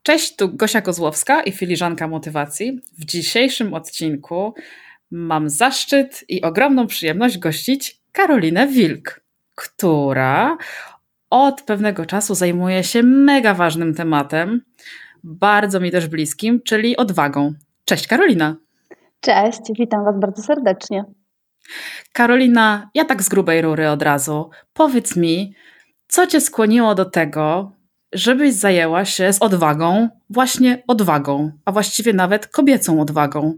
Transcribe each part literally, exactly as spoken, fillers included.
Cześć, tu Gosia Kozłowska i Filiżanka Motywacji. W dzisiejszym odcinku mam zaszczyt i ogromną przyjemność gościć Karolinę Wilk, która od pewnego czasu zajmuje się mega ważnym tematem, bardzo mi też bliskim, czyli odwagą. Cześć Karolina. Cześć, witam Was bardzo serdecznie. Karolina, ja tak z grubej rury od razu. Powiedz mi, co Cię skłoniło do tego, żebyś zajęła się z odwagą, właśnie odwagą, a właściwie nawet kobiecą odwagą?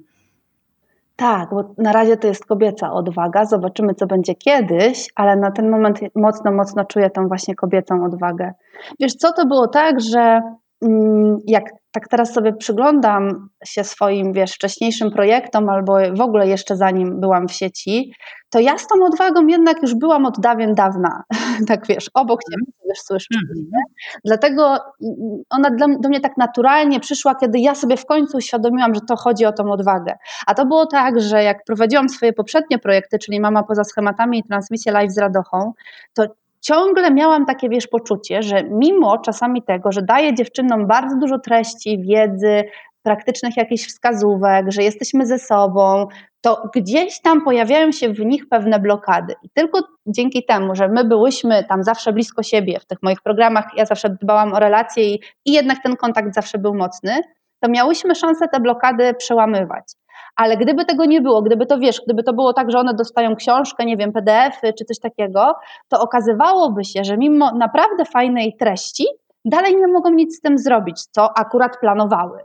Tak, bo na razie to jest kobieca odwaga, zobaczymy co będzie kiedyś, ale na ten moment mocno, mocno czuję tą właśnie kobiecą odwagę. Wiesz co, to było tak, że mm, jak tak teraz sobie przyglądam się swoim, wiesz, wcześniejszym projektom albo w ogóle jeszcze zanim byłam w sieci, to ja z tą odwagą jednak już byłam od dawien dawna, tak wiesz, obok siebie, wiesz, słyszysz. Mhm. Dlatego ona dla, do mnie tak naturalnie przyszła, kiedy ja sobie w końcu uświadomiłam, że to chodzi o tą odwagę. A to było tak, że jak prowadziłam swoje poprzednie projekty, czyli Mama poza schematami i transmisję live z Radochą, to ciągle miałam takie, wiesz, poczucie, że mimo czasami tego, że daję dziewczynom bardzo dużo treści, wiedzy, praktycznych jakichś wskazówek, że jesteśmy ze sobą, to gdzieś tam pojawiają się w nich pewne blokady. I tylko dzięki temu, że my byłyśmy tam zawsze blisko siebie w tych moich programach, ja zawsze dbałam o relacje i, i jednak ten kontakt zawsze był mocny, to miałyśmy szansę te blokady przełamywać. Ale gdyby tego nie było, gdyby to wiesz, gdyby to było tak, że one dostają książkę, nie wiem, P D F-y czy coś takiego, to okazywałoby się, że mimo naprawdę fajnej treści dalej nie mogą nic z tym zrobić, co akurat planowały.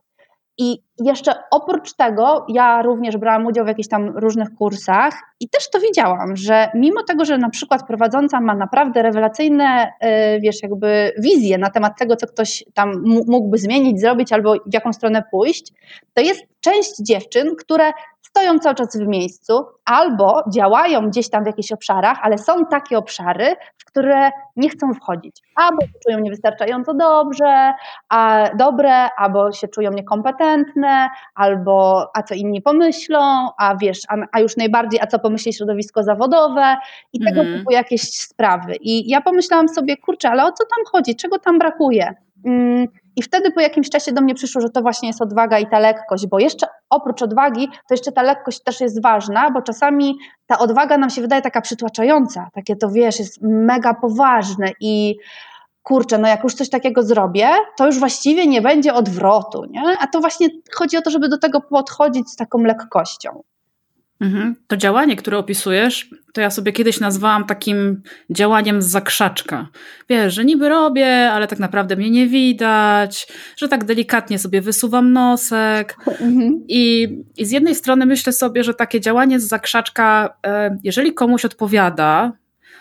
I jeszcze oprócz tego ja również brałam udział w jakichś tam różnych kursach i też to widziałam, że mimo tego, że na przykład prowadząca ma naprawdę rewelacyjne, wiesz, jakby wizje na temat tego, co ktoś tam mógłby zmienić, zrobić albo w jaką stronę pójść, to jest część dziewczyn, które stoją cały czas w miejscu albo działają gdzieś tam w jakichś obszarach, ale są takie obszary, w które nie chcą wchodzić. Albo się czują niewystarczająco dobrze, a dobre, albo się czują niekompetentne, albo a co inni pomyślą, a wiesz, a, a już najbardziej, a co pomyśli środowisko zawodowe i tego Mhm. typu jakieś sprawy. I ja pomyślałam sobie, kurczę, ale o co tam chodzi? Czego tam brakuje? Mm, I wtedy po jakimś czasie do mnie przyszło, że to właśnie jest odwaga i ta lekkość, bo jeszcze oprócz odwagi, to jeszcze ta lekkość też jest ważna, bo czasami ta odwaga nam się wydaje taka przytłaczająca, takie to wiesz, jest mega poważne i kurczę, no jak już coś takiego zrobię, to już właściwie nie będzie odwrotu, nie? A to właśnie chodzi o to, żeby do tego podchodzić z taką lekkością. Mhm. To działanie, które opisujesz, to ja sobie kiedyś nazwałam takim działaniem z zakrzaczka. Wiesz, że niby robię, ale tak naprawdę mnie nie widać, że tak delikatnie sobie wysuwam nosek. Mhm. I, I z jednej strony myślę sobie, że takie działanie z zakrzaczka, jeżeli komuś odpowiada,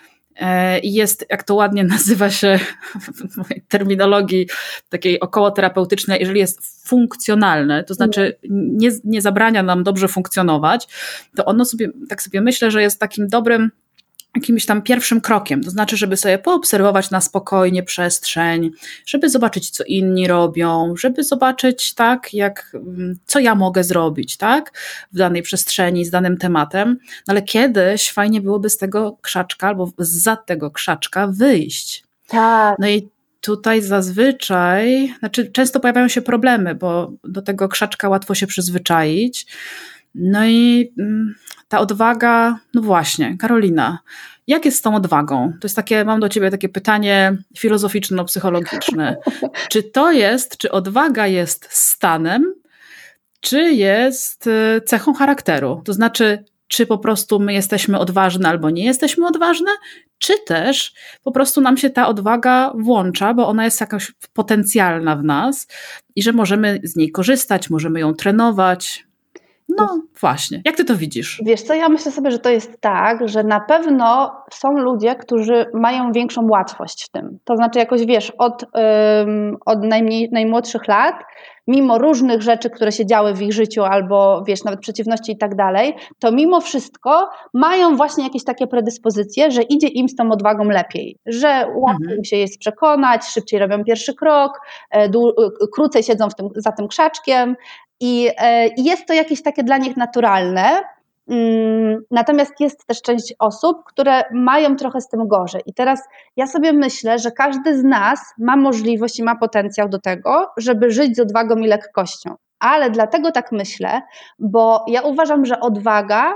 i jest, jak to ładnie nazywa się w mojej terminologii takiej okołoterapeutycznej, jeżeli jest funkcjonalne, to znaczy nie, nie zabrania nam dobrze funkcjonować, to ono sobie, tak sobie myślę, że jest takim dobrym jakimś tam pierwszym krokiem, to znaczy, żeby sobie poobserwować na spokojnie przestrzeń, żeby zobaczyć, co inni robią, żeby zobaczyć, tak, jak, co ja mogę zrobić, tak, w danej przestrzeni, z danym tematem, no ale kiedyś fajnie byłoby z tego krzaczka albo zza tego krzaczka wyjść. Tak. No i tutaj zazwyczaj, znaczy często pojawiają się problemy, bo do tego krzaczka łatwo się przyzwyczaić. No i ta odwaga, no właśnie, Karolina, jak jest z tą odwagą? To jest takie, mam do ciebie takie pytanie filozoficzno-psychologiczne. Czy to jest, czy odwaga jest stanem, czy jest cechą charakteru? To znaczy, czy po prostu my jesteśmy odważne albo nie jesteśmy odważne, czy też po prostu nam się ta odwaga włącza, bo ona jest jakaś potencjalna w nas i że możemy z niej korzystać, możemy ją trenować. No właśnie, jak ty to widzisz? Wiesz co, ja myślę sobie, że to jest tak, że na pewno są ludzie, którzy mają większą łatwość w tym. To znaczy jakoś wiesz, od, ym, od najmniej, najmłodszych lat, mimo różnych rzeczy, które się działy w ich życiu albo wiesz, nawet przeciwności i tak dalej, to mimo wszystko mają właśnie jakieś takie predyspozycje, że idzie im z tą odwagą lepiej, że łatwiej Mhm. im się jest przekonać, szybciej robią pierwszy krok, dłu- krócej siedzą w tym, za tym krzaczkiem. I, I jest to jakieś takie dla nich naturalne. Natomiast jest też część osób, które mają trochę z tym gorzej. I teraz ja sobie myślę, że każdy z nas ma możliwość i ma potencjał do tego, żeby żyć z odwagą i lekkością. Ale dlatego tak myślę, bo ja uważam, że odwaga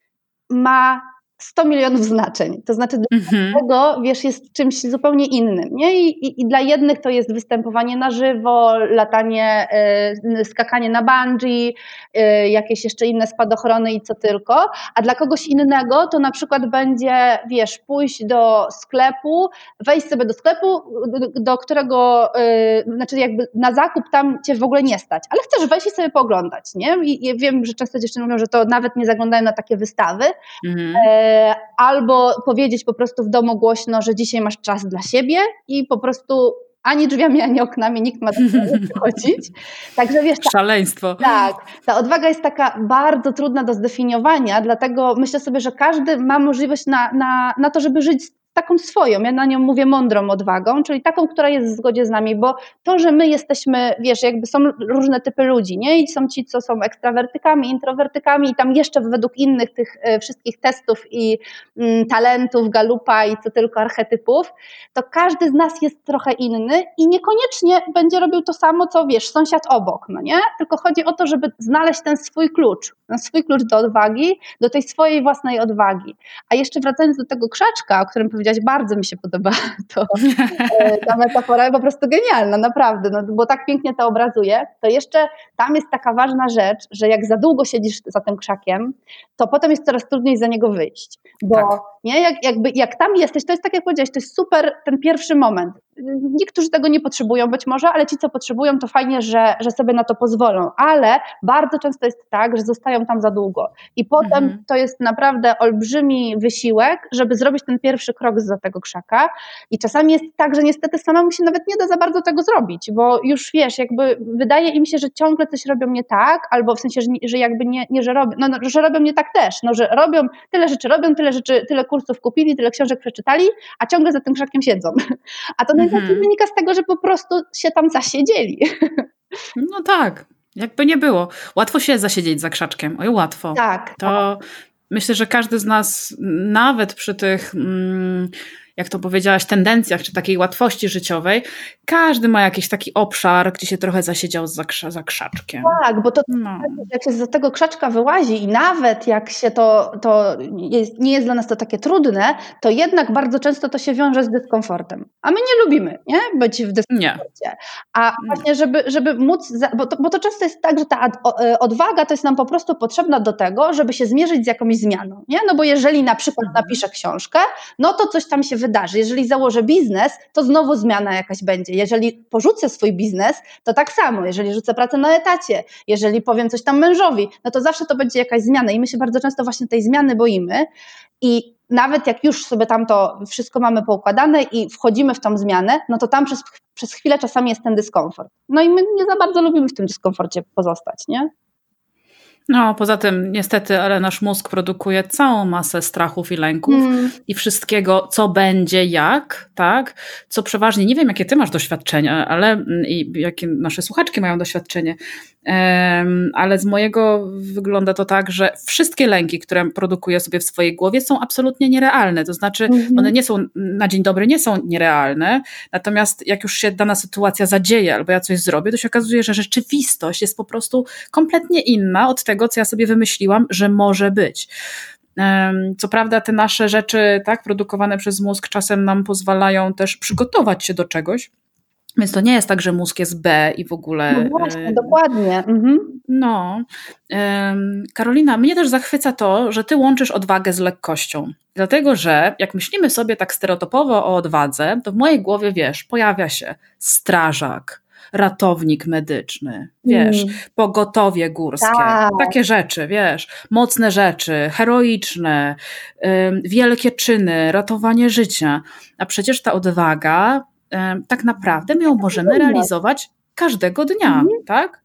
ma sto milionów znaczeń. To znaczy dla Mhm. każdego, wiesz, jest czymś zupełnie innym. Nie? I, i, I dla jednych to jest występowanie na żywo, latanie, y, skakanie na bungee, y, jakieś jeszcze inne spadochrony i co tylko, a dla kogoś innego to na przykład będzie, wiesz, pójść do sklepu, wejść sobie do sklepu, do, do którego, y, znaczy jakby na zakup tam cię w ogóle nie stać, ale chcesz wejść i sobie pooglądać, nie? I, i wiem, że często dziewczyny mówią, że to nawet nie zaglądają na takie wystawy, Mhm. albo powiedzieć po prostu w domu głośno, że dzisiaj masz czas dla siebie i po prostu ani drzwiami, ani oknami nikt ma do tego nie przychodzić. Także wiesz, ta, Szaleństwo. tak, ta odwaga jest taka bardzo trudna do zdefiniowania, dlatego myślę sobie, że każdy ma możliwość na, na, na to, żeby żyć taką swoją, ja na nią mówię mądrą odwagą, czyli taką, która jest w zgodzie z nami, bo to, że my jesteśmy, wiesz, jakby są różne typy ludzi, nie? I są ci, co są ekstrawertykami, introwertykami i tam jeszcze według innych tych e, wszystkich testów i mm, talentów, Galupa i co tylko archetypów, to każdy z nas jest trochę inny i niekoniecznie będzie robił to samo, co wiesz, sąsiad obok, no nie? Tylko chodzi o to, żeby znaleźć ten swój klucz, ten swój klucz do odwagi, do tej swojej własnej odwagi. A jeszcze wracając do tego krzaczka, o którym powiedziałaś, bardzo mi się podoba to, ta metafora, po prostu genialna, naprawdę, no, bo tak pięknie to obrazuje, to jeszcze tam jest taka ważna rzecz, że jak za długo siedzisz za tym krzakiem, to potem jest coraz trudniej za niego wyjść, bo tak. nie, jak, jakby, jak tam jesteś, to jest tak jak powiedziałeś, to jest super ten pierwszy moment. Niektórzy tego nie potrzebują być może, ale ci, co potrzebują, to fajnie, że, że sobie na to pozwolą, ale bardzo często jest tak, że zostają tam za długo i potem mhm. to jest naprawdę olbrzymi wysiłek, żeby zrobić ten pierwszy krok zza tego krzaka i czasami jest tak, że niestety samemu się nawet nie da za bardzo tego zrobić, bo już wiesz, jakby wydaje im się, że ciągle coś robią nie tak, albo w sensie, że, że jakby nie, nie że robią, no, no, że robią nie tak też, no, że robią, tyle rzeczy robią, tyle rzeczy, tyle kursów kupili, tyle książek przeczytali, a ciągle za tym krzakiem siedzą. A to najbardziej mhm. wynika z tego, że po prostu się tam zasiedzieli. No tak, jakby nie było. Łatwo się zasiedzieć za krzaczkiem, oj łatwo. Tak. To myślę, że każdy z nas, nawet przy tych, jak to powiedziałaś, tendencjach, czy takiej łatwości życiowej, każdy ma jakiś taki obszar, gdzie się trochę zasiedział za, krza, za krzaczkiem. Tak, bo to no. jak się z tego krzaczka wyłazi i nawet jak się to, to jest, nie jest dla nas to takie trudne, to jednak bardzo często to się wiąże z dyskomfortem. A my nie lubimy, nie? Być w dyskomforcie. Nie. A właśnie, żeby, żeby móc, bo to, bo to często jest tak, że ta odwaga to jest nam po prostu potrzebna do tego, żeby się zmierzyć z jakąś zmianą, nie? No bo jeżeli na przykład napiszę książkę, no to coś tam się wydarzy. Jeżeli założę biznes, to znowu zmiana jakaś będzie. Jeżeli porzucę swój biznes, to tak samo. Jeżeli rzucę pracę na etacie, jeżeli powiem coś tam mężowi, no to zawsze to będzie jakaś zmiana i my się bardzo często właśnie tej zmiany boimy i nawet jak już sobie tam to wszystko mamy poukładane i wchodzimy w tą zmianę, no to tam przez, przez chwilę czasami jest ten dyskomfort. No i my nie za bardzo lubimy w tym dyskomforcie pozostać, nie? No, poza tym niestety, ale nasz mózg produkuje całą masę strachów i lęków mm. i wszystkiego, co będzie, jak, tak? Co przeważnie, nie wiem, jakie ty masz doświadczenia, ale i jakie nasze słuchaczki mają doświadczenie, um, ale z mojego wygląda to tak, że wszystkie lęki, które produkuję sobie w swojej głowie, są absolutnie nierealne. To znaczy, mm-hmm. one nie są, na dzień dobry nie są nierealne, natomiast jak już się dana sytuacja zadzieje albo ja coś zrobię, to się okazuje, że rzeczywistość jest po prostu kompletnie inna od tego, co ja sobie wymyśliłam, że może być. Co prawda te nasze rzeczy, tak, produkowane przez mózg czasem nam pozwalają też przygotować się do czegoś, więc to nie jest tak, że mózg jest B i w ogóle... No właśnie, e, dokładnie. Mhm. No. E, Karolina, mnie też zachwyca to, że ty łączysz odwagę z lekkością. Dlatego, że jak myślimy sobie tak stereotypowo o odwadze, to w mojej głowie, wiesz, pojawia się strażak, ratownik medyczny, wiesz, mm. pogotowie górskie, tak. takie rzeczy, wiesz, mocne rzeczy, heroiczne, y, wielkie czyny, ratowanie życia. A przecież ta odwaga, y, tak naprawdę my ją możemy realizować każdego dnia, mm. tak?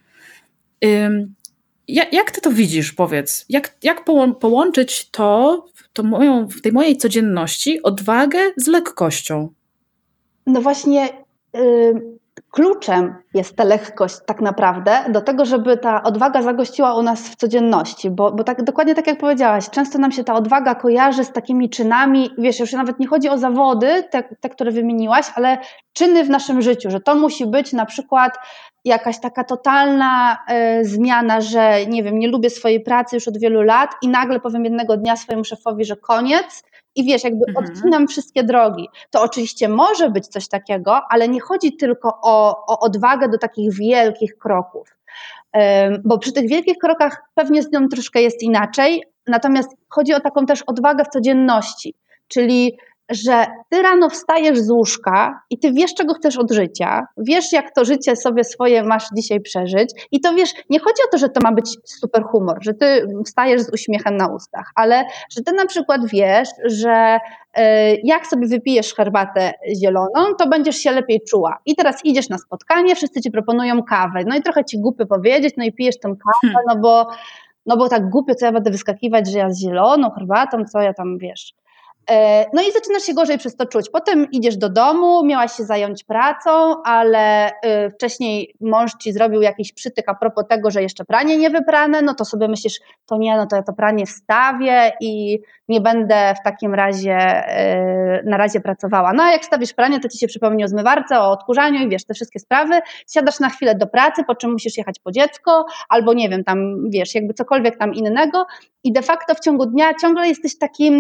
Y, jak ty to widzisz, powiedz? Jak, jak połączyć to, to moją, w tej mojej codzienności odwagę z lekkością? No właśnie... Y- kluczem jest ta lekkość tak naprawdę do tego, żeby ta odwaga zagościła u nas w codzienności, bo, bo tak dokładnie tak jak powiedziałaś, często nam się ta odwaga kojarzy z takimi czynami, wiesz, już nawet nie chodzi o zawody, te, te które wymieniłaś, ale czyny w naszym życiu, że to musi być na przykład jakaś taka totalna y, zmiana, że nie wiem, nie lubię swojej pracy już od wielu lat i nagle powiem jednego dnia swojemu szefowi, że koniec i wiesz, jakby Mhm. odcinam wszystkie drogi. To oczywiście może być coś takiego, ale nie chodzi tylko o, o odwagę do takich wielkich kroków, y, bo przy tych wielkich krokach pewnie z nią troszkę jest inaczej, natomiast chodzi o taką też odwagę w codzienności, czyli że ty rano wstajesz z łóżka i ty wiesz, czego chcesz od życia, wiesz, jak to życie sobie swoje masz dzisiaj przeżyć i to wiesz, nie chodzi o to, że to ma być super humor, że ty wstajesz z uśmiechem na ustach, ale że ty na przykład wiesz, że y, jak sobie wypijesz herbatę zieloną, to będziesz się lepiej czuła i teraz idziesz na spotkanie, wszyscy ci proponują kawę, no i trochę ci głupio powiedzieć, no i pijesz tą kawę, Hmm. no bo, no bo tak głupio, co ja będę wyskakiwać, że ja z zieloną herbatą, co ja tam, wiesz. No i zaczynasz się gorzej przez to czuć. Potem idziesz do domu, miałaś się zająć pracą, ale y, wcześniej mąż ci zrobił jakiś przytyk a propos tego, że jeszcze pranie nie wyprane, no to sobie myślisz, to nie, no to ja to pranie wstawię i nie będę w takim razie y, na razie pracowała. No a jak wstawisz pranie, to ci się przypomni o zmywarce, o odkurzaniu i wiesz, te wszystkie sprawy. Siadasz na chwilę do pracy, po czym musisz jechać po dziecko, albo nie wiem, tam wiesz, jakby cokolwiek tam innego i de facto w ciągu dnia ciągle jesteś takim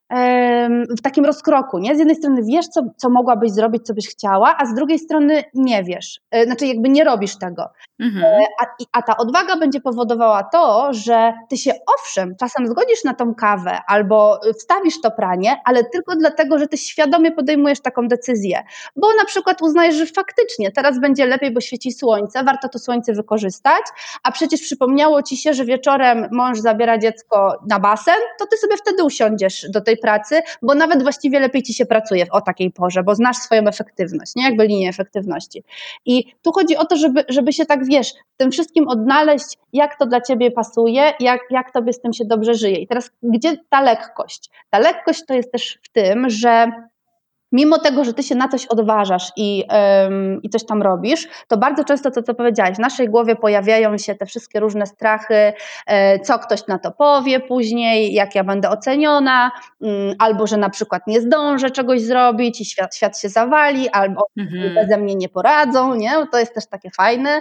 w takim rozkroku, nie? Z jednej strony wiesz, co, co mogłabyś zrobić, co byś chciała, a z drugiej strony nie wiesz, znaczy jakby nie robisz tego. Mhm. A, a ta odwaga będzie powodowała to, że ty się owszem, czasem zgodzisz na tą kawę albo wstawisz to pranie, ale tylko dlatego, że ty świadomie podejmujesz taką decyzję, bo na przykład uznajesz, że faktycznie teraz będzie lepiej, bo świeci słońce, warto to słońce wykorzystać, a przecież przypomniało ci się, że wieczorem mąż zabiera dziecko na basen, to ty sobie wtedy usiądziesz do tej pracy, bo nawet właściwie lepiej ci się pracuje o takiej porze, bo znasz swoją efektywność, nie? Jakby linię efektywności. I tu chodzi o to, żeby, żeby się tak, wiesz, w tym wszystkim odnaleźć, jak to dla ciebie pasuje, jak, jak tobie z tym się dobrze żyje. I teraz gdzie ta lekkość? Ta lekkość to jest też w tym, że mimo tego, że ty się na coś odważasz i, ym, i coś tam robisz, to bardzo często to, co powiedziałaś, w naszej głowie pojawiają się te wszystkie różne strachy, yy, co ktoś na to powie później, jak ja będę oceniona, yy, albo że na przykład nie zdążę czegoś zrobić i świat, świat się zawali, albo mhm. beze mnie nie poradzą, nie? To jest też takie fajne.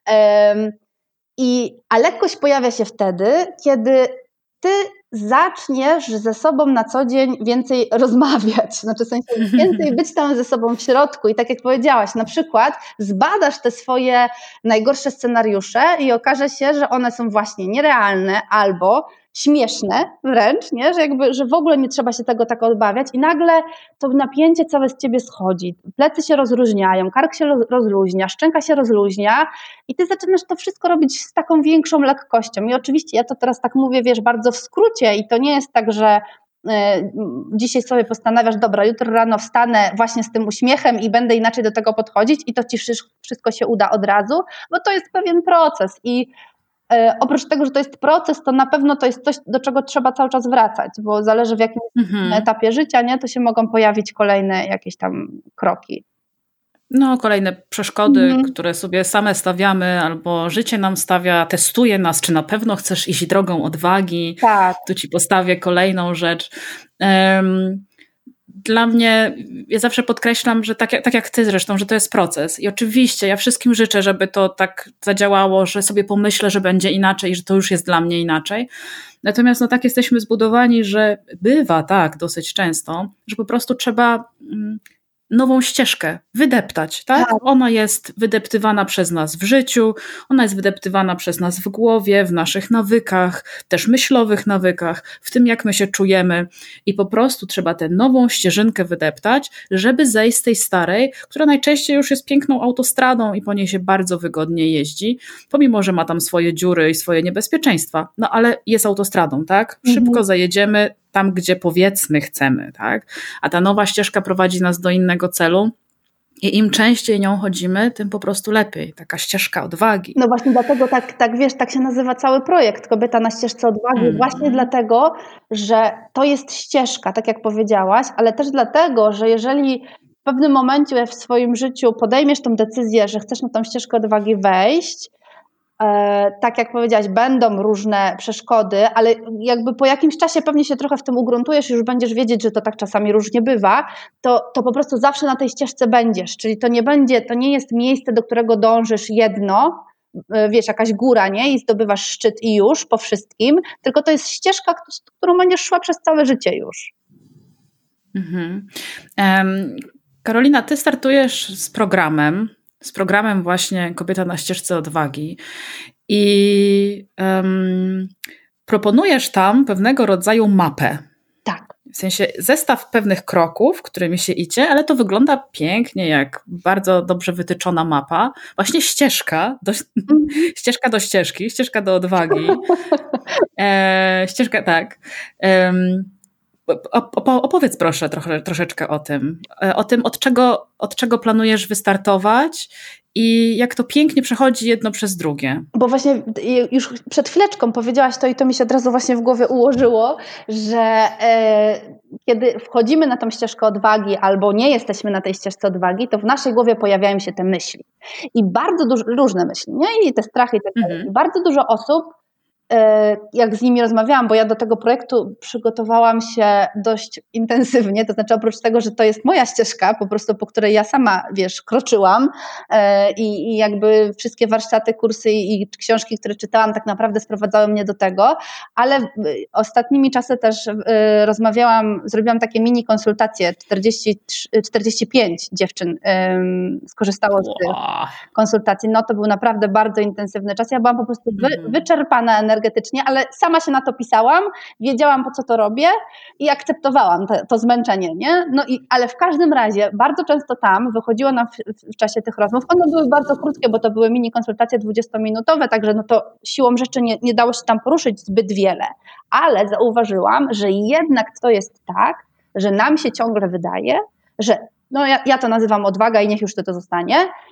Yy, i, a lekkość pojawia się wtedy, kiedy ty zaczniesz ze sobą na co dzień więcej rozmawiać, znaczy w sensie więcej być tam ze sobą w środku i tak jak powiedziałaś, na przykład zbadasz te swoje najgorsze scenariusze i okaże się, że one są właśnie nierealne albo śmieszne wręcz, nie? Że jakby, że w ogóle nie trzeba się tego tak obawiać i nagle to napięcie całe z ciebie schodzi, plecy się rozluźniają, kark się rozluźnia, szczęka się rozluźnia i ty zaczynasz to wszystko robić z taką większą lekkością i oczywiście ja to teraz tak mówię, wiesz, bardzo w skrócie i to nie jest tak, że y, dzisiaj sobie postanawiasz, dobra, jutro rano wstanę właśnie z tym uśmiechem i będę inaczej do tego podchodzić i to ci wszystko się uda od razu, bo to jest pewien proces i oprócz tego, że to jest proces, to na pewno to jest coś, do czego trzeba cały czas wracać, bo zależy w jakim mhm. etapie życia, nie, to się mogą pojawić kolejne jakieś tam kroki. No, kolejne przeszkody, mhm. które sobie same stawiamy, albo życie nam stawia, testuje nas, czy na pewno chcesz iść drogą odwagi. Tak. Tu ci postawię kolejną rzecz. Um, Dla mnie, ja zawsze podkreślam, że tak jak, tak jak ty zresztą, że to jest proces i oczywiście ja wszystkim życzę, żeby to tak zadziałało, że sobie pomyślę, że będzie inaczej, że to już jest dla mnie inaczej. Natomiast no tak jesteśmy zbudowani, że bywa tak dosyć często, że po prostu trzeba mm, nową ścieżkę wydeptać, tak? tak? Ona jest wydeptywana przez nas w życiu, ona jest wydeptywana przez nas w głowie, w naszych nawykach, też myślowych nawykach, w tym jak my się czujemy i po prostu trzeba tę nową ścieżynkę wydeptać, żeby zejść z tej starej, która najczęściej już jest piękną autostradą i po niej się bardzo wygodnie jeździ, pomimo, że ma tam swoje dziury i swoje niebezpieczeństwa, no ale jest autostradą, tak? Szybko mhm. zajedziemy tam, gdzie powiedzmy chcemy, tak? A ta nowa ścieżka prowadzi nas do innego celu i im częściej nią chodzimy, tym po prostu lepiej. Taka ścieżka odwagi. No właśnie dlatego tak, tak wiesz, tak się nazywa cały projekt Kobieta na ścieżce odwagi. Mm. Właśnie dlatego, że to jest ścieżka, tak jak powiedziałaś, ale też dlatego, że jeżeli w pewnym momencie w swoim życiu podejmiesz tą decyzję, że chcesz na tą ścieżkę odwagi wejść, e, tak jak powiedziałaś, będą różne przeszkody, ale jakby po jakimś czasie pewnie się trochę w tym ugruntujesz i już będziesz wiedzieć, że to tak czasami różnie bywa, to, to po prostu zawsze na tej ścieżce będziesz, czyli to nie będzie, to nie jest miejsce, do którego dążysz jedno, wiesz, jakaś góra, nie? I zdobywasz szczyt i już po wszystkim, tylko to jest ścieżka, którą będziesz szła przez całe życie już. Mhm. Um, Karolina, ty startujesz z programem, z programem właśnie Kobieta na ścieżce odwagi i um, proponujesz tam pewnego rodzaju mapę. Tak. W sensie zestaw pewnych kroków, którymi się idzie, ale to wygląda pięknie, jak bardzo dobrze wytyczona mapa. Właśnie ścieżka do, mm. ścieżka do ścieżki, ścieżka do odwagi. E, ścieżka, tak. E, opowiedz proszę trochę, troszeczkę o tym. O tym, od czego, od czego planujesz wystartować i jak to pięknie przechodzi jedno przez drugie. Bo właśnie już przed chwileczką powiedziałaś to i to mi się od razu właśnie w głowie ułożyło, że e, kiedy wchodzimy na tą ścieżkę odwagi albo nie jesteśmy na tej ścieżce odwagi, to w naszej głowie pojawiają się te myśli. I bardzo dużo, różne myśli, nie? I te strachy i tak dalej. Mhm. Bardzo dużo osób, jak z nimi rozmawiałam, bo ja do tego projektu przygotowałam się dość intensywnie, to znaczy oprócz tego, że to jest moja ścieżka, po prostu po której ja sama, wiesz, kroczyłam i, i jakby wszystkie warsztaty, kursy i książki, które czytałam, tak naprawdę sprowadzały mnie do tego, ale ostatnimi czasy też rozmawiałam, zrobiłam takie mini konsultacje, czterdzieści, czterdzieści pięć dziewczyn skorzystało z tych konsultacji, no to był naprawdę bardzo intensywny czas, ja byłam po prostu wy, wyczerpana energetycznie, energetycznie, ale sama się na to pisałam, wiedziałam, po co to robię i akceptowałam te, to zmęczenie, nie? No i, ale w każdym razie bardzo często tam wychodziło nam w, w czasie tych rozmów, one były bardzo krótkie, bo to były mini konsultacje dwudziestominutowe, także no to siłą rzeczy nie, nie dało się tam poruszyć zbyt wiele, ale zauważyłam, że jednak to jest tak, że nam się ciągle wydaje, że no ja, ja to nazywam odwaga i niech już to, to zostanie,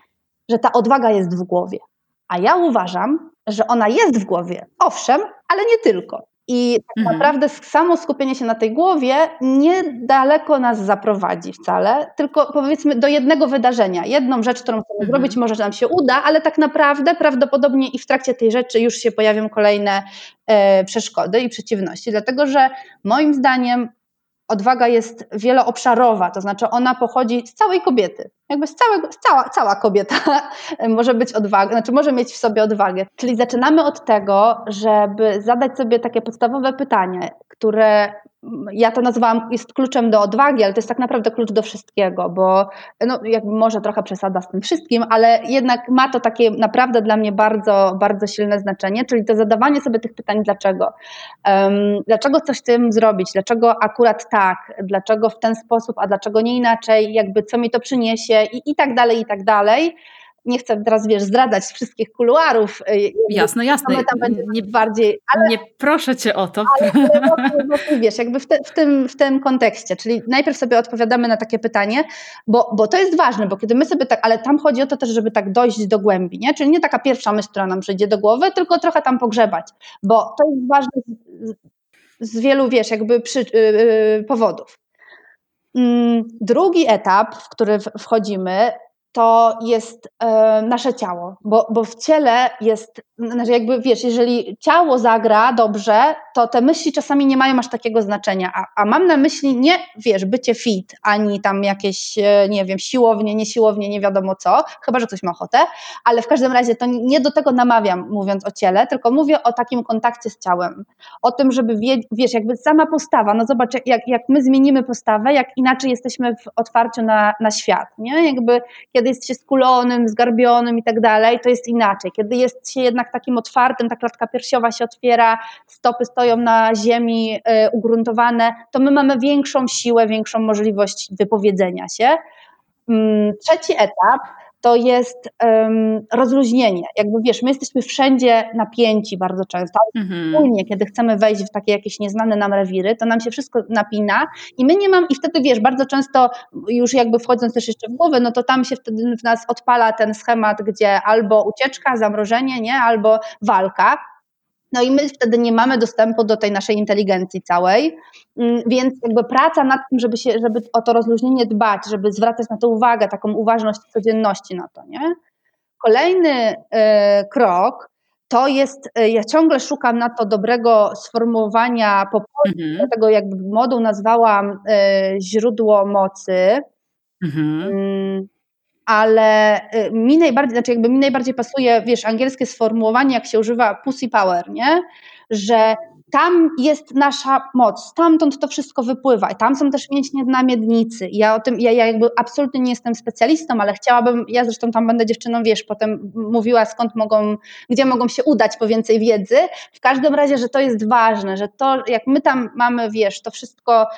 że ta odwaga jest w głowie. A ja uważam, że ona jest w głowie, owszem, ale nie tylko. I tak mhm. naprawdę samo skupienie się na tej głowie niedaleko nas zaprowadzi wcale, tylko powiedzmy do jednego wydarzenia. Jedną rzecz, którą chcemy mhm. zrobić, może nam się uda, ale tak naprawdę prawdopodobnie i w trakcie tej rzeczy już się pojawią kolejne e, przeszkody i przeciwności. Dlatego, że moim zdaniem odwaga jest wieloobszarowa, to znaczy ona pochodzi z całej kobiety. Jakby z całego, z cała, cała kobieta może być odwaga, znaczy może mieć w sobie odwagę. Czyli zaczynamy od tego, żeby zadać sobie takie podstawowe pytanie, które ja to nazywałam, jest kluczem do odwagi, ale to jest tak naprawdę klucz do wszystkiego, bo no, jakby może trochę przesada z tym wszystkim, ale jednak ma to takie naprawdę dla mnie bardzo, bardzo silne znaczenie, czyli to zadawanie sobie tych pytań dlaczego. Um, dlaczego coś z tym zrobić? Dlaczego akurat tak? Dlaczego w ten sposób, a dlaczego nie inaczej? Jakby co mi to przyniesie? I, i tak dalej, i tak dalej. Nie chcę teraz, wiesz, zdradzać wszystkich kuluarów. Jasne, jasne. Tam będzie nie, bardziej, ale, nie proszę cię o to. Ale, ale mocniej, wiesz, jakby w, te, w, tym, w tym kontekście, czyli najpierw sobie odpowiadamy na takie pytanie, bo, bo to jest ważne, bo kiedy my sobie tak, ale tam chodzi o to też, żeby tak dojść do głębi, nie? Czyli nie taka pierwsza myśl, która nam przyjdzie do głowy, tylko trochę tam pogrzebać, bo to jest ważne z, z wielu, wiesz, jakby przy, yy, powodów. Yy, drugi etap, w który wchodzimy, to jest e, nasze ciało, bo, bo w ciele jest, znaczy jakby wiesz, jeżeli ciało zagra dobrze, to te myśli czasami nie mają aż takiego znaczenia, a, a mam na myśli nie, wiesz, bycie fit, ani tam jakieś, e, nie wiem, siłownie, nie siłownie, nie wiadomo co, chyba, że ktoś ma ochotę, ale w każdym razie to nie do tego namawiam, mówiąc o ciele, tylko mówię o takim kontakcie z ciałem, o tym, żeby, wie, wiesz, jakby sama postawa, no zobacz, jak, jak my zmienimy postawę, jak inaczej jesteśmy w otwarciu na, na świat, nie, jakby kiedy jest się skulonym, zgarbionym i tak dalej, to jest inaczej. Kiedy jest się jednak takim otwartym, ta klatka piersiowa się otwiera, stopy stoją na ziemi y, ugruntowane, to my mamy większą siłę, większą możliwość wypowiedzenia się. Um, trzeci etap to jest um, rozluźnienie. Jakby wiesz, my jesteśmy wszędzie napięci bardzo często, mm-hmm. Wspólnie, kiedy chcemy wejść w takie jakieś nieznane nam rewiry, to nam się wszystko napina i my nie mamy, i wtedy wiesz, bardzo często już jakby wchodząc też jeszcze w głowę, no to tam się wtedy w nas odpala ten schemat, gdzie albo ucieczka, zamrożenie, nie, albo walka. No i my wtedy nie mamy dostępu do tej naszej inteligencji całej, więc jakby praca nad tym, żeby, się, żeby o to rozluźnienie dbać, żeby zwracać na to uwagę, taką uważność w codzienności na to, nie? Kolejny y, krok to jest, y, ja ciągle szukam na to dobrego sformułowania po polsku, Mhm. dlatego jakby moduł nazwałam y, źródło mocy, Mhm. y, ale mi najbardziej, znaczy jakby mi najbardziej pasuje, wiesz, angielskie sformułowanie, jak się używa pussy power, nie? Że tam jest nasza moc, stamtąd to wszystko wypływa i tam są też mięśnie dna miednicy. Ja o tym, ja, ja jakby absolutnie nie jestem specjalistą, ale chciałabym, ja zresztą tam będę dziewczyną, wiesz, potem mówiła skąd mogą, gdzie mogą się udać po więcej wiedzy. W każdym razie, że to jest ważne, że to jak my tam mamy, wiesz, to wszystko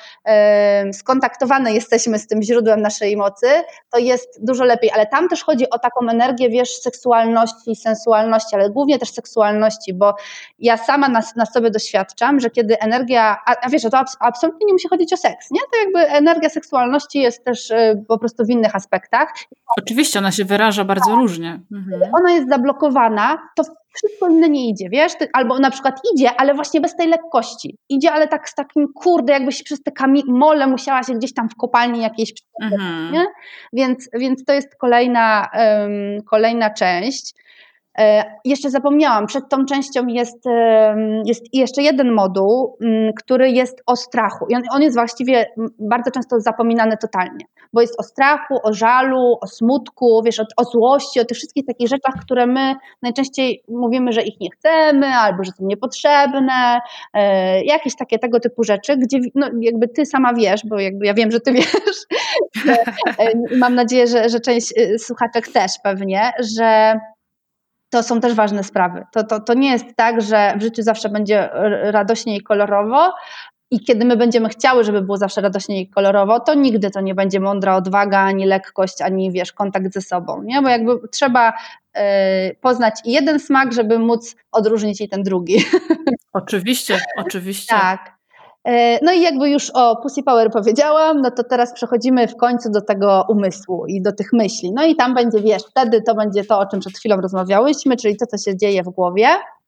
e, skontaktowane jesteśmy z tym źródłem naszej mocy, to jest dużo lepiej, ale tam też chodzi o taką energię, wiesz, seksualności, sensualności, ale głównie też seksualności, bo ja sama na, na sobie doświadczam, że kiedy energia, a, a wiesz, to abs- absolutnie nie musi chodzić o seks, nie? To jakby energia seksualności jest też y, po prostu w innych aspektach. Oczywiście, ona się wyraża bardzo różnie. Mhm. Ona jest zablokowana, to wszystko inne nie idzie, wiesz? Ty, albo na przykład idzie, ale właśnie bez tej lekkości. Idzie, ale tak z takim, kurde, jakbyś przez te kami- mole musiała się gdzieś tam w kopalni jakiejś przygotować, Mhm. nie? Więc, więc to jest kolejna, um, kolejna część. Jeszcze zapomniałam, przed tą częścią jest, jest jeszcze jeden moduł, który jest o strachu i on, on jest właściwie bardzo często zapominany totalnie, bo jest o strachu, o żalu, o smutku, wiesz, o, o złości, o tych wszystkich takich rzeczach, które my najczęściej mówimy, że ich nie chcemy albo że są niepotrzebne, e, jakieś takie tego typu rzeczy, gdzie no, jakby ty sama wiesz, bo jakby ja wiem, że ty wiesz, że, e, mam nadzieję, że, że część słuchaczek też pewnie, że to są też ważne sprawy. To, to, to nie jest tak, że w życiu zawsze będzie radośnie i kolorowo i kiedy my będziemy chciały, żeby było zawsze radośnie i kolorowo, to nigdy to nie będzie mądra odwaga, ani lekkość, ani wiesz, kontakt ze sobą, nie? Bo jakby trzeba y, poznać jeden smak, żeby móc odróżnić i ten drugi. Oczywiście, oczywiście. Tak. No i jakby już o Pussy Power powiedziałam, no to teraz przechodzimy w końcu do tego umysłu i do tych myśli. No i tam będzie, wiesz, wtedy to będzie to, o czym przed chwilą rozmawiałyśmy, czyli to, co się dzieje w głowie.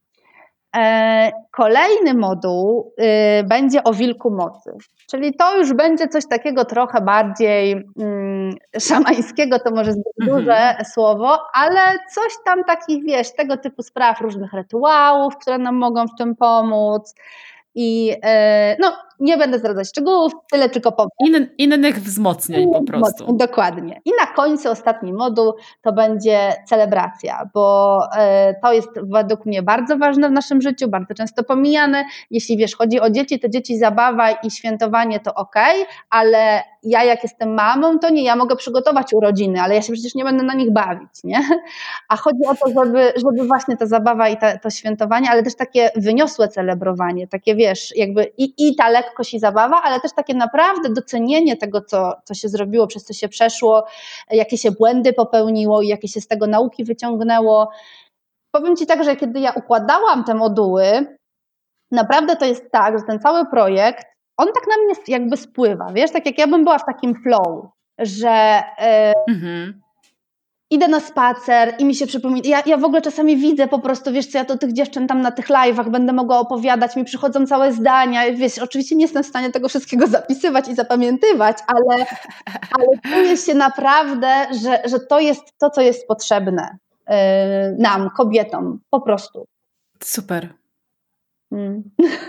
Kolejny moduł będzie o wilku mocy, czyli to już będzie coś takiego trochę bardziej mm, szamańskiego, to może zbyt mhm. duże słowo, ale coś tam takich, wiesz, tego typu spraw, różnych rytuałów, które nam mogą w tym pomóc. I no, nie będę zdradzać szczegółów, tyle tylko powiem. In, innych wzmocnień po prostu. Wzmocnień, dokładnie. I na końcu ostatni moduł to będzie celebracja, bo to jest według mnie bardzo ważne w naszym życiu, bardzo często pomijane. Jeśli wiesz, chodzi o dzieci, to dzieci zabawa i świętowanie to okej, ale ja jak jestem mamą, to nie, ja mogę przygotować urodziny, ale ja się przecież nie będę na nich bawić, nie? A chodzi o to, żeby, żeby właśnie ta zabawa i ta, to świętowanie, ale też takie wyniosłe celebrowanie, takie wiesz, jakby i, i ta lekkość i zabawa, ale też takie naprawdę docenienie tego, co, co się zrobiło, przez co się przeszło, jakie się błędy popełniło i jakie się z tego nauki wyciągnęło. Powiem Ci tak, że kiedy ja układałam te moduły, naprawdę to jest tak, że ten cały projekt, on tak na mnie jakby spływa, wiesz, tak jak ja bym była w takim flow, że yy, mhm. idę na spacer i mi się przypomina, ja, ja w ogóle czasami widzę po prostu, wiesz co, ja to tych dziewczyn tam na tych live'ach będę mogła opowiadać, mi przychodzą całe zdania, wiesz, oczywiście nie jestem w stanie tego wszystkiego zapisywać i zapamiętywać, ale, ale czuję się naprawdę, że, że to jest to, co jest potrzebne yy, nam, kobietom, po prostu. Super. Hmm.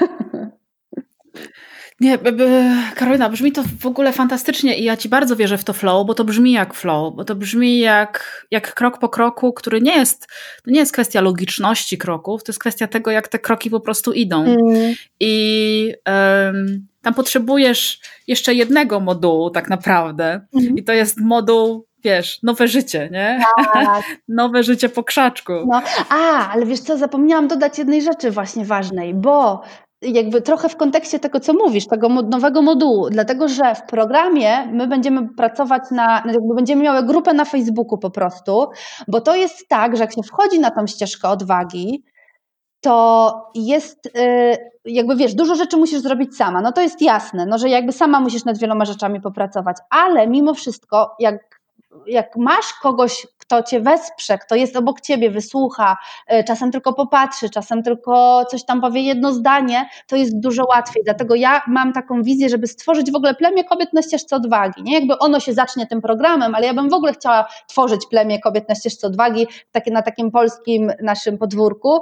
Nie, Karolina, brzmi to w ogóle fantastycznie i ja Ci bardzo wierzę w to flow, bo to brzmi jak flow, bo to brzmi jak, jak krok po kroku, który nie jest, to nie jest kwestia logiczności kroków, to jest kwestia tego, jak te kroki po prostu idą. Mm. I um, tam potrzebujesz jeszcze jednego modułu tak naprawdę mm. i to jest moduł, wiesz, nowe życie, nie? Tak. Nowe życie po krzaczku. No, a, ale wiesz co, zapomniałam dodać jednej rzeczy właśnie ważnej, bo jakby trochę w kontekście tego, co mówisz, tego nowego modułu, dlatego, że w programie my będziemy pracować na, jakby będziemy miały grupę na Facebooku po prostu, bo to jest tak, że jak się wchodzi na tą ścieżkę odwagi, to jest jakby, wiesz, dużo rzeczy musisz zrobić sama, no to jest jasne, no że jakby sama musisz nad wieloma rzeczami popracować, ale mimo wszystko, jak jak masz kogoś, kto kto cię wesprze, kto jest obok ciebie, wysłucha, czasem tylko popatrzy, czasem tylko coś tam powie jedno zdanie, to jest dużo łatwiej. Dlatego ja mam taką wizję, żeby stworzyć w ogóle plemię kobiet na ścieżce odwagi. Nie jakby ono się zacznie tym programem, ale ja bym w ogóle chciała tworzyć plemię kobiet na ścieżce odwagi takie, na takim polskim naszym podwórku,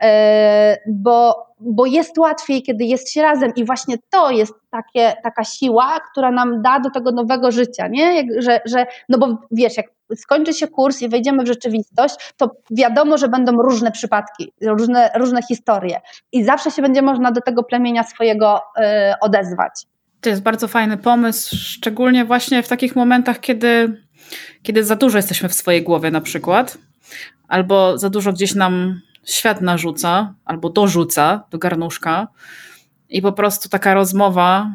bo bo jest łatwiej, kiedy jest się razem i właśnie to jest takie, taka siła, która nam da do tego nowego życia, nie? Jak, że, że, no bo wiesz, jak skończy się kurs i wejdziemy w rzeczywistość, to wiadomo, że będą różne przypadki, różne, różne historie i zawsze się będzie można do tego plemienia swojego y, odezwać. To jest bardzo fajny pomysł, szczególnie właśnie w takich momentach, kiedy, kiedy za dużo jesteśmy w swojej głowie na przykład, albo za dużo gdzieś nam świat narzuca albo dorzuca do garnuszka i po prostu taka rozmowa,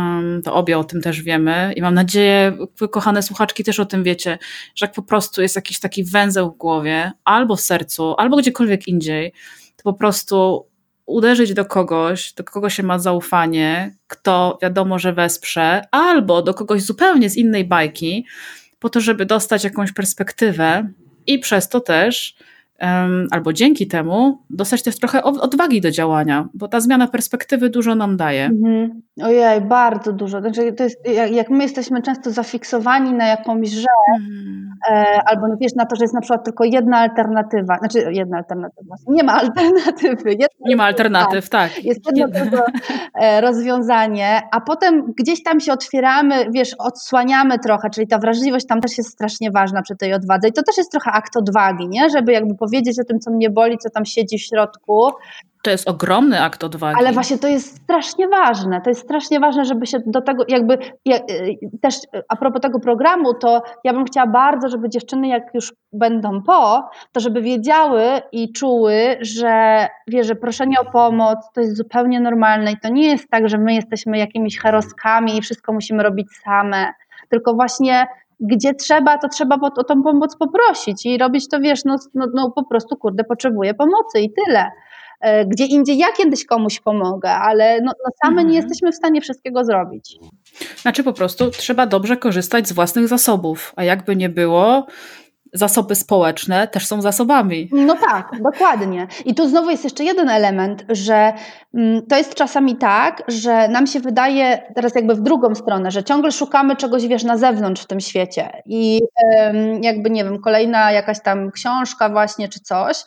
to obie o tym też wiemy i mam nadzieję, wy kochane słuchaczki też o tym wiecie, że jak po prostu jest jakiś taki węzeł w głowie albo w sercu, albo gdziekolwiek indziej, to po prostu uderzyć do kogoś, do kogo się ma zaufanie, kto wiadomo, że wesprze, albo do kogoś zupełnie z innej bajki, po to, żeby dostać jakąś perspektywę i przez to też Um, albo dzięki temu dostać też trochę odwagi do działania, bo ta zmiana perspektywy dużo nam daje. Mhm. Ojej, bardzo dużo. Znaczy, to jest, jak, jak my jesteśmy często zafiksowani na jakąś rzecz, mhm. e, albo no wiesz, na to, że jest na przykład tylko jedna alternatywa, znaczy jedna alternatywa, nie ma alternatywy. Jedna nie ma alternatyw, tak. tak. Jest jedno tylko e, rozwiązanie, a potem gdzieś tam się otwieramy, wiesz, odsłaniamy trochę, czyli ta wrażliwość tam też jest strasznie ważna przy tej odwadze i to też jest trochę akt odwagi, nie? Żeby jakby powiedzieć o tym, co mnie boli, co tam siedzi w środku. To jest ogromny akt odwagi. Ale właśnie to jest strasznie ważne, to jest strasznie ważne, żeby się do tego jakby, ja, też a propos tego programu, to ja bym chciała bardzo, żeby dziewczyny jak już będą po, to żeby wiedziały i czuły, że wiesz, że proszenie o pomoc to jest zupełnie normalne i to nie jest tak, że my jesteśmy jakimiś heroskami i wszystko musimy robić same, tylko właśnie gdzie trzeba, to trzeba o, o tą pomoc poprosić i robić to, wiesz, no, no, no po prostu, kurde, potrzebuję pomocy i tyle. Gdzie indziej ja kiedyś komuś pomogę, ale no, no same mhm. nie jesteśmy w stanie wszystkiego zrobić. Znaczy po prostu trzeba dobrze korzystać z własnych zasobów, a jakby nie było, zasoby społeczne też są zasobami. No tak, dokładnie. I tu znowu jest jeszcze jeden element, że mm, to jest czasami tak, że nam się wydaje, teraz jakby w drugą stronę, że ciągle szukamy czegoś, wiesz, na zewnątrz w tym świecie i ym, jakby, nie wiem, kolejna jakaś tam książka właśnie czy coś.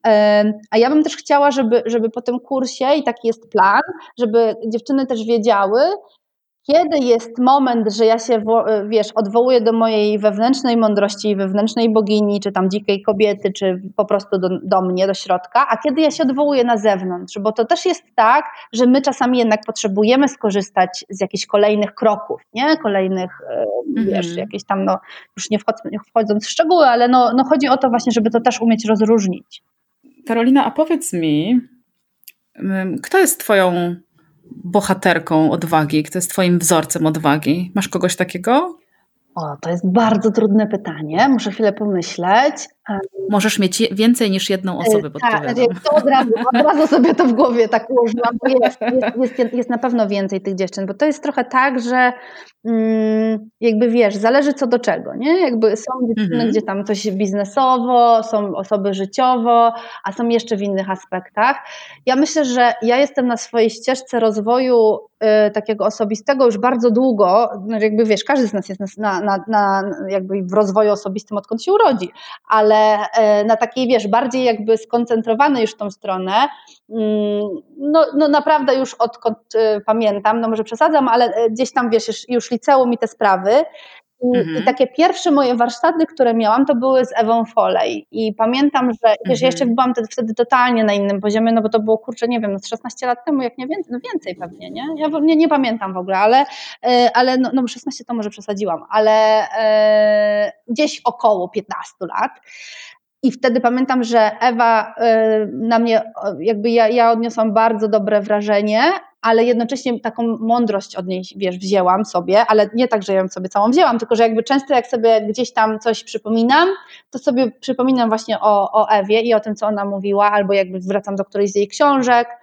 A ja bym też chciała, żeby, żeby po tym kursie, i taki jest plan, żeby dziewczyny też wiedziały, kiedy jest moment, że ja się, wiesz, odwołuję do mojej wewnętrznej mądrości, wewnętrznej bogini, czy tam dzikiej kobiety, czy po prostu do, do mnie, do środka, a kiedy ja się odwołuję na zewnątrz, bo to też jest tak, że my czasami jednak potrzebujemy skorzystać z jakichś kolejnych kroków, nie? Kolejnych, wiesz, mhm. jakieś tam, no, już nie wchodząc, nie wchodząc w szczegóły, ale no, no chodzi o to właśnie, żeby to też umieć rozróżnić. Karolina, a powiedz mi, kto jest twoją bohaterką odwagi? Kto jest twoim wzorcem odwagi? Masz kogoś takiego? O, to jest bardzo trudne pytanie. Muszę chwilę pomyśleć. Możesz mieć więcej niż jedną osobę, podpowiadam. Tak, to od razu, od razu sobie to w głowie tak ułożyłam, bo jest, jest, jest, jest na pewno więcej tych dziewczyn, bo to jest trochę tak, że mm, jakby wiesz, zależy co do czego, nie? Jakby są dziewczyny, mhm. gdzie tam coś biznesowo, są osoby życiowo, a są jeszcze w innych aspektach. Ja myślę, że ja jestem na swojej ścieżce rozwoju y, takiego osobistego już bardzo długo, no jakby wiesz, każdy z nas jest na, na, na, jakby w rozwoju osobistym odkąd się urodzi, ale na takiej, wiesz, bardziej jakby skoncentrowane już w tą stronę, no, no naprawdę już odkąd pamiętam, no może przesadzam, ale gdzieś tam, wiesz, już, już liceum i te sprawy. I, mhm. I takie pierwsze moje warsztaty, które miałam, to były z Ewą Foley i pamiętam, że wiesz, mhm. jeszcze byłam wtedy totalnie na innym poziomie, no bo to było, kurczę, nie wiem, no szesnaście lat temu, jak nie więcej, no więcej pewnie, nie? Ja nie, nie pamiętam w ogóle, ale, ale no, no szesnaście to może przesadziłam, ale e, gdzieś około piętnaście lat. I wtedy pamiętam, że Ewa y, na mnie, jakby ja, ja odniosłam bardzo dobre wrażenie, ale jednocześnie taką mądrość od niej, wiesz, wzięłam sobie, ale nie tak, że ją sobie całą wzięłam, tylko że jakby często jak sobie gdzieś tam coś przypominam, to sobie przypominam właśnie o, o Ewie i o tym, co ona mówiła, albo jakby wracam do którejś z jej książek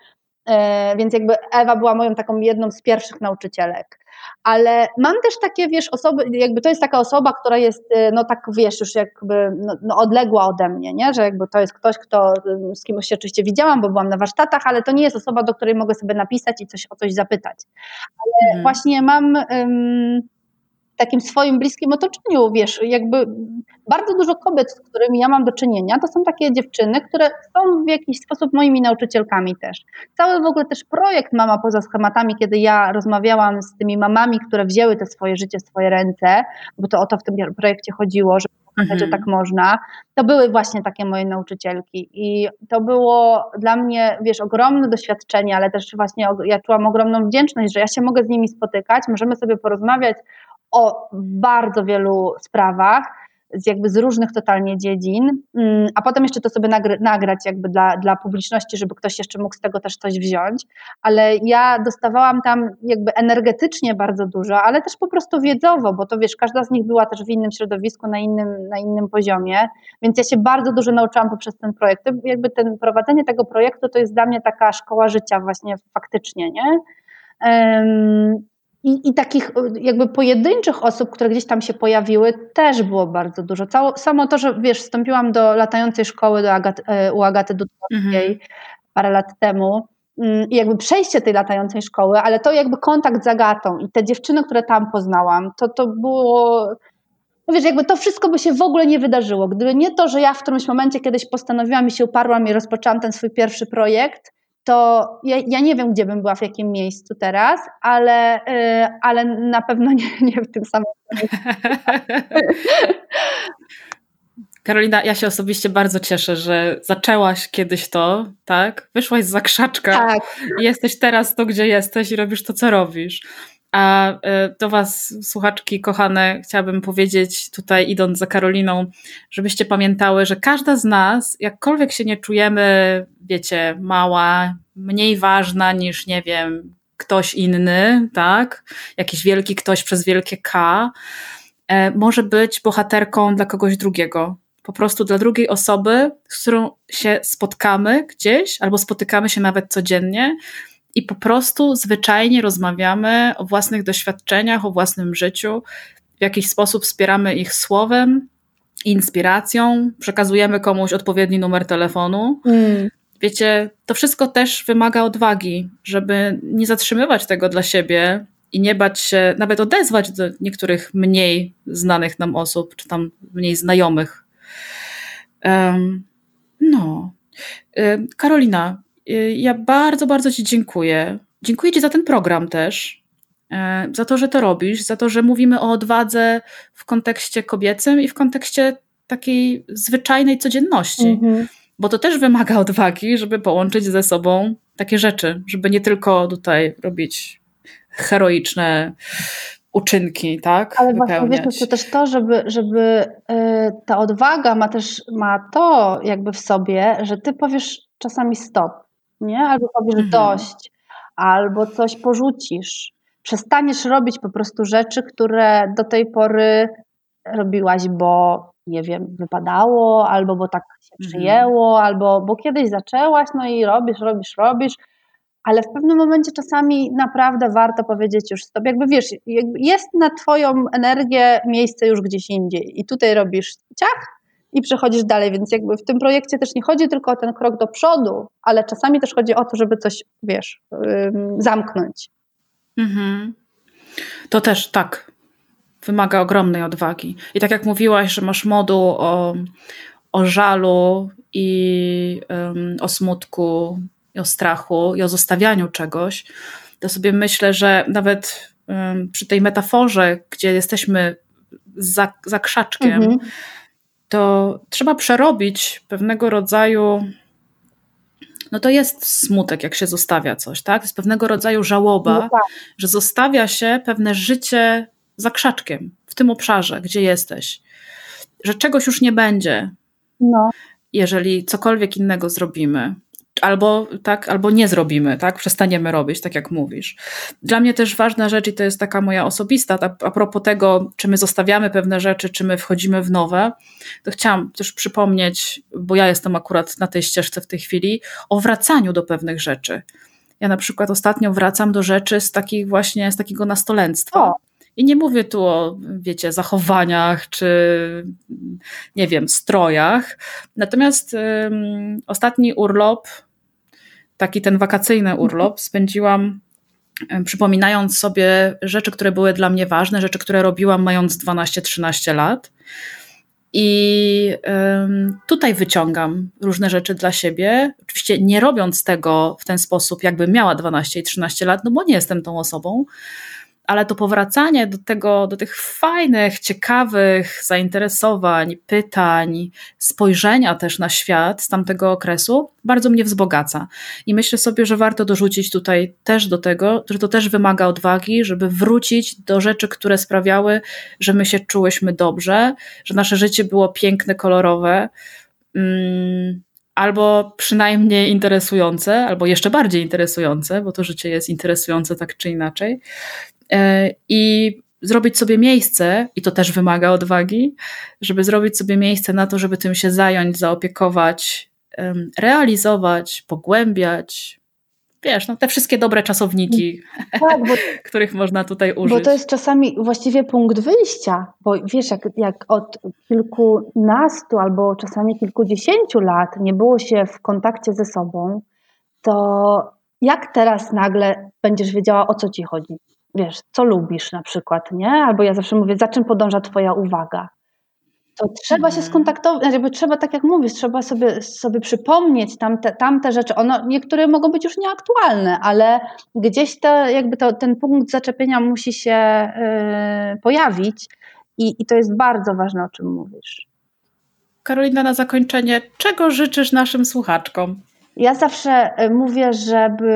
Więc jakby Ewa była moją taką jedną z pierwszych nauczycielek. Ale mam też takie, wiesz, osoby, jakby to jest taka osoba, która jest, no tak, wiesz, już jakby no, no odległa ode mnie, nie? Że jakby to jest ktoś, kto, z kim się oczywiście widziałam, bo byłam na warsztatach, ale to nie jest osoba, do której mogę sobie napisać i coś o coś zapytać. Ale mhm. właśnie mam um, w takim swoim bliskim otoczeniu, wiesz, jakby bardzo dużo kobiet, z którymi ja mam do czynienia, to są takie dziewczyny, które są w jakiś sposób moimi nauczycielkami też. Cały w ogóle też projekt Mama poza schematami, kiedy ja rozmawiałam z tymi mamami, które wzięły te swoje życie w swoje ręce, bo to o to w tym projekcie chodziło, żeby pokazać, mhm. że tak można, to były właśnie takie moje nauczycielki i to było dla mnie, wiesz, ogromne doświadczenie, ale też właśnie ja czułam ogromną wdzięczność, że ja się mogę z nimi spotykać, możemy sobie porozmawiać o bardzo wielu sprawach, z jakby z różnych totalnie dziedzin, a potem jeszcze to sobie nagry, nagrać jakby dla, dla publiczności, żeby ktoś jeszcze mógł z tego też coś wziąć, ale ja dostawałam tam jakby energetycznie bardzo dużo, ale też po prostu wiedzowo, bo to wiesz, każda z nich była też w innym środowisku, na innym, na innym poziomie, więc ja się bardzo dużo nauczyłam poprzez ten projekt. Jakby ten, prowadzenie tego projektu to jest dla mnie taka szkoła życia właśnie faktycznie, nie? Um, I, I takich jakby pojedynczych osób, które gdzieś tam się pojawiły, też było bardzo dużo. Cało, samo to, że wiesz, wstąpiłam do latającej szkoły do Agat, u Agaty Dudkowskiej mm-hmm. parę lat temu i jakby przejście tej latającej szkoły, ale to jakby kontakt z Agatą i te dziewczyny, które tam poznałam, to to było... No wiesz, jakby to wszystko by się w ogóle nie wydarzyło. Gdyby nie to, że ja w którymś momencie kiedyś postanowiłam i się uparłam i rozpoczęłam ten swój pierwszy projekt, to ja, ja nie wiem, gdzie bym była, w jakim miejscu teraz, ale, yy, ale na pewno nie, nie w tym samym miejscu. Karolina, ja się osobiście bardzo cieszę, że zaczęłaś kiedyś to, tak? Wyszłaś z zakrzaczka tak. i jesteś teraz to, gdzie jesteś i robisz to, co robisz. A do was, słuchaczki kochane, chciałabym powiedzieć tutaj, idąc za Karoliną, żebyście pamiętały, że każda z nas, jakkolwiek się nie czujemy, wiecie, mała, mniej ważna niż, nie wiem, ktoś inny, tak? Jakiś wielki ktoś przez wielkie K, może być bohaterką dla kogoś drugiego. Po prostu dla drugiej osoby, z którą się spotkamy gdzieś, albo spotykamy się nawet codziennie, i po prostu zwyczajnie rozmawiamy o własnych doświadczeniach, o własnym życiu, w jakiś sposób wspieramy ich słowem, inspiracją, przekazujemy komuś odpowiedni numer telefonu. Mm. Wiecie, to wszystko też wymaga odwagi, żeby nie zatrzymywać tego dla siebie i nie bać się nawet odezwać do niektórych mniej znanych nam osób, czy tam mniej znajomych. Um, no. Karolina, ja bardzo, bardzo ci dziękuję. Dziękuję ci za ten program też, za to, że to robisz, za to, że mówimy o odwadze w kontekście kobiecym i w kontekście takiej zwyczajnej codzienności, mm-hmm. bo to też wymaga odwagi, żeby połączyć ze sobą takie rzeczy, żeby nie tylko tutaj robić heroiczne uczynki, tak? Ale właśnie wiesz, to też to, żeby, żeby yy, ta odwaga ma też ma to jakby w sobie, że ty powiesz czasami stop, nie? Albo powiesz mhm. dość, albo coś porzucisz. Przestaniesz robić po prostu rzeczy, które do tej pory robiłaś, bo nie wiem, wypadało, albo bo tak się przyjęło, mhm. albo bo kiedyś zaczęłaś, no i robisz, robisz, robisz, ale w pewnym momencie czasami naprawdę warto powiedzieć już stop. Jakby wiesz, jest na twoją energię miejsce już gdzieś indziej i tutaj robisz ciach i przechodzisz dalej, więc jakby w tym projekcie też nie chodzi tylko o ten krok do przodu, ale czasami też chodzi o to, żeby coś, wiesz, ym, zamknąć. Mhm. To też tak, wymaga ogromnej odwagi. I tak jak mówiłaś, że masz moduł o, o żalu i um, o smutku, i o strachu, i o zostawianiu czegoś, to sobie myślę, że nawet um, przy tej metaforze, gdzie jesteśmy za, za krzaczkiem, mhm. to trzeba przerobić pewnego rodzaju, no to jest smutek, jak się zostawia coś, tak? To jest pewnego rodzaju żałoba, no tak. że zostawia się pewne życie za krzaczkiem, w tym obszarze, gdzie jesteś. Że czegoś już nie będzie, no. jeżeli cokolwiek innego zrobimy. Albo tak, albo nie zrobimy, tak? Przestaniemy robić, tak jak mówisz. Dla mnie też ważna rzecz, i to jest taka moja osobista, a, a propos tego, czy my zostawiamy pewne rzeczy, czy my wchodzimy w nowe, to chciałam też przypomnieć, bo ja jestem akurat na tej ścieżce w tej chwili, o wracaniu do pewnych rzeczy. Ja na przykład ostatnio wracam do rzeczy z takich właśnie, z takiego nastolenstwa. O. I nie mówię tu o, wiecie, zachowaniach czy, nie wiem, strojach. Natomiast um, ostatni urlop, taki ten wakacyjny urlop, spędziłam um, przypominając sobie rzeczy, które były dla mnie ważne, rzeczy, które robiłam mając dwanaście trzynaście lat. I um, tutaj wyciągam różne rzeczy dla siebie. Oczywiście nie robiąc tego w ten sposób, jakbym miała dwanaście i trzynaście lat, no bo nie jestem tą osobą. Ale to powracanie do tego, do tych fajnych, ciekawych zainteresowań, pytań, spojrzenia też na świat z tamtego okresu bardzo mnie wzbogaca. I myślę sobie, że warto dorzucić tutaj też do tego, że to też wymaga odwagi, żeby wrócić do rzeczy, które sprawiały, że my się czułyśmy dobrze, że nasze życie było piękne, kolorowe, mm, albo przynajmniej interesujące, albo jeszcze bardziej interesujące, bo to życie jest interesujące tak czy inaczej. I zrobić sobie miejsce, i to też wymaga odwagi, żeby zrobić sobie miejsce na to, żeby tym się zająć, zaopiekować, realizować, pogłębiać. Wiesz, no te wszystkie dobre czasowniki, tak, bo, których można tutaj użyć. Bo to jest czasami właściwie punkt wyjścia, bo wiesz, jak, jak od kilkunastu albo czasami kilkudziesięciu lat nie było się w kontakcie ze sobą, to jak teraz nagle będziesz wiedziała, o co ci chodzi? Wiesz, co lubisz na przykład, nie? Albo ja zawsze mówię, za czym podąża twoja uwaga? To trzeba się skontaktować, jakby trzeba, tak jak mówisz, trzeba sobie, sobie przypomnieć tamte, tamte rzeczy. Ono, niektóre mogą być już nieaktualne, ale gdzieś to, jakby to, ten punkt zaczepienia musi się yy, pojawić i, i to jest bardzo ważne, o czym mówisz. Karolina, na zakończenie, czego życzysz naszym słuchaczkom? Ja zawsze mówię, żeby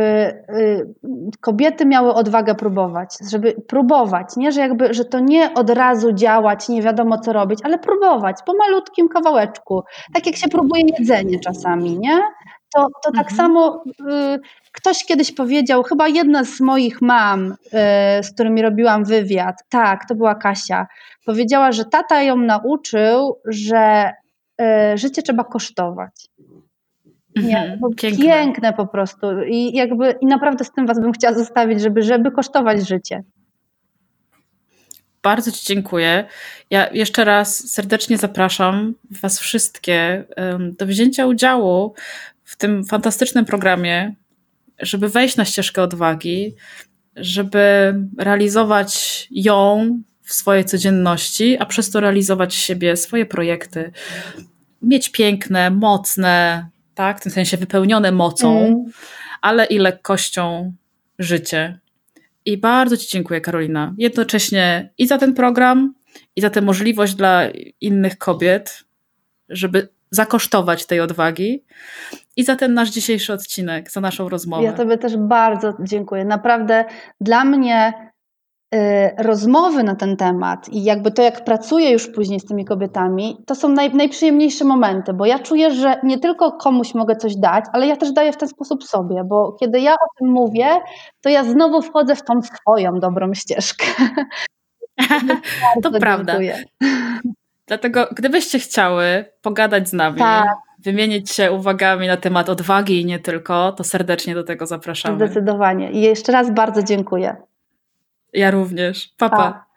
kobiety miały odwagę próbować, żeby próbować, nie, że jakby, że to nie od razu działać, nie wiadomo co robić, ale próbować po malutkim kawałeczku, tak jak się próbuje jedzenie czasami, nie? To, to tak mhm. samo y, ktoś kiedyś powiedział, chyba jedna z moich mam, y, z którymi robiłam wywiad, tak, to była Kasia, powiedziała, że tata ją nauczył, że y, życie trzeba kosztować. Nie, bo piękne. piękne po prostu i jakby i naprawdę z tym was bym chciała zostawić, żeby, żeby kosztować życie. Bardzo ci dziękuję. Ja jeszcze raz serdecznie zapraszam was wszystkie do wzięcia udziału w tym fantastycznym programie, żeby wejść na ścieżkę odwagi, żeby realizować ją w swojej codzienności, a przez to realizować siebie, swoje projekty, mieć piękne, mocne, tak, w tym sensie wypełnione mocą, mm. ale i lekkością życie. I bardzo ci dziękuję, Karolina. Jednocześnie i za ten program, i za tę możliwość dla innych kobiet, żeby zakosztować tej odwagi, i za ten nasz dzisiejszy odcinek, za naszą rozmowę. Ja tobie też bardzo dziękuję. Naprawdę dla mnie rozmowy na ten temat i jakby to, jak pracuję już później z tymi kobietami, to są naj, najprzyjemniejsze momenty, bo ja czuję, że nie tylko komuś mogę coś dać, ale ja też daję w ten sposób sobie, bo kiedy ja o tym mówię, to ja znowu wchodzę w tą swoją dobrą ścieżkę. To prawda. Dziękuję. Dlatego gdybyście chciały pogadać z nami, tak. wymienić się uwagami na temat odwagi i nie tylko, to serdecznie do tego zapraszamy. Zdecydowanie. I jeszcze raz bardzo dziękuję. Ja również. Pa, pa. Pa.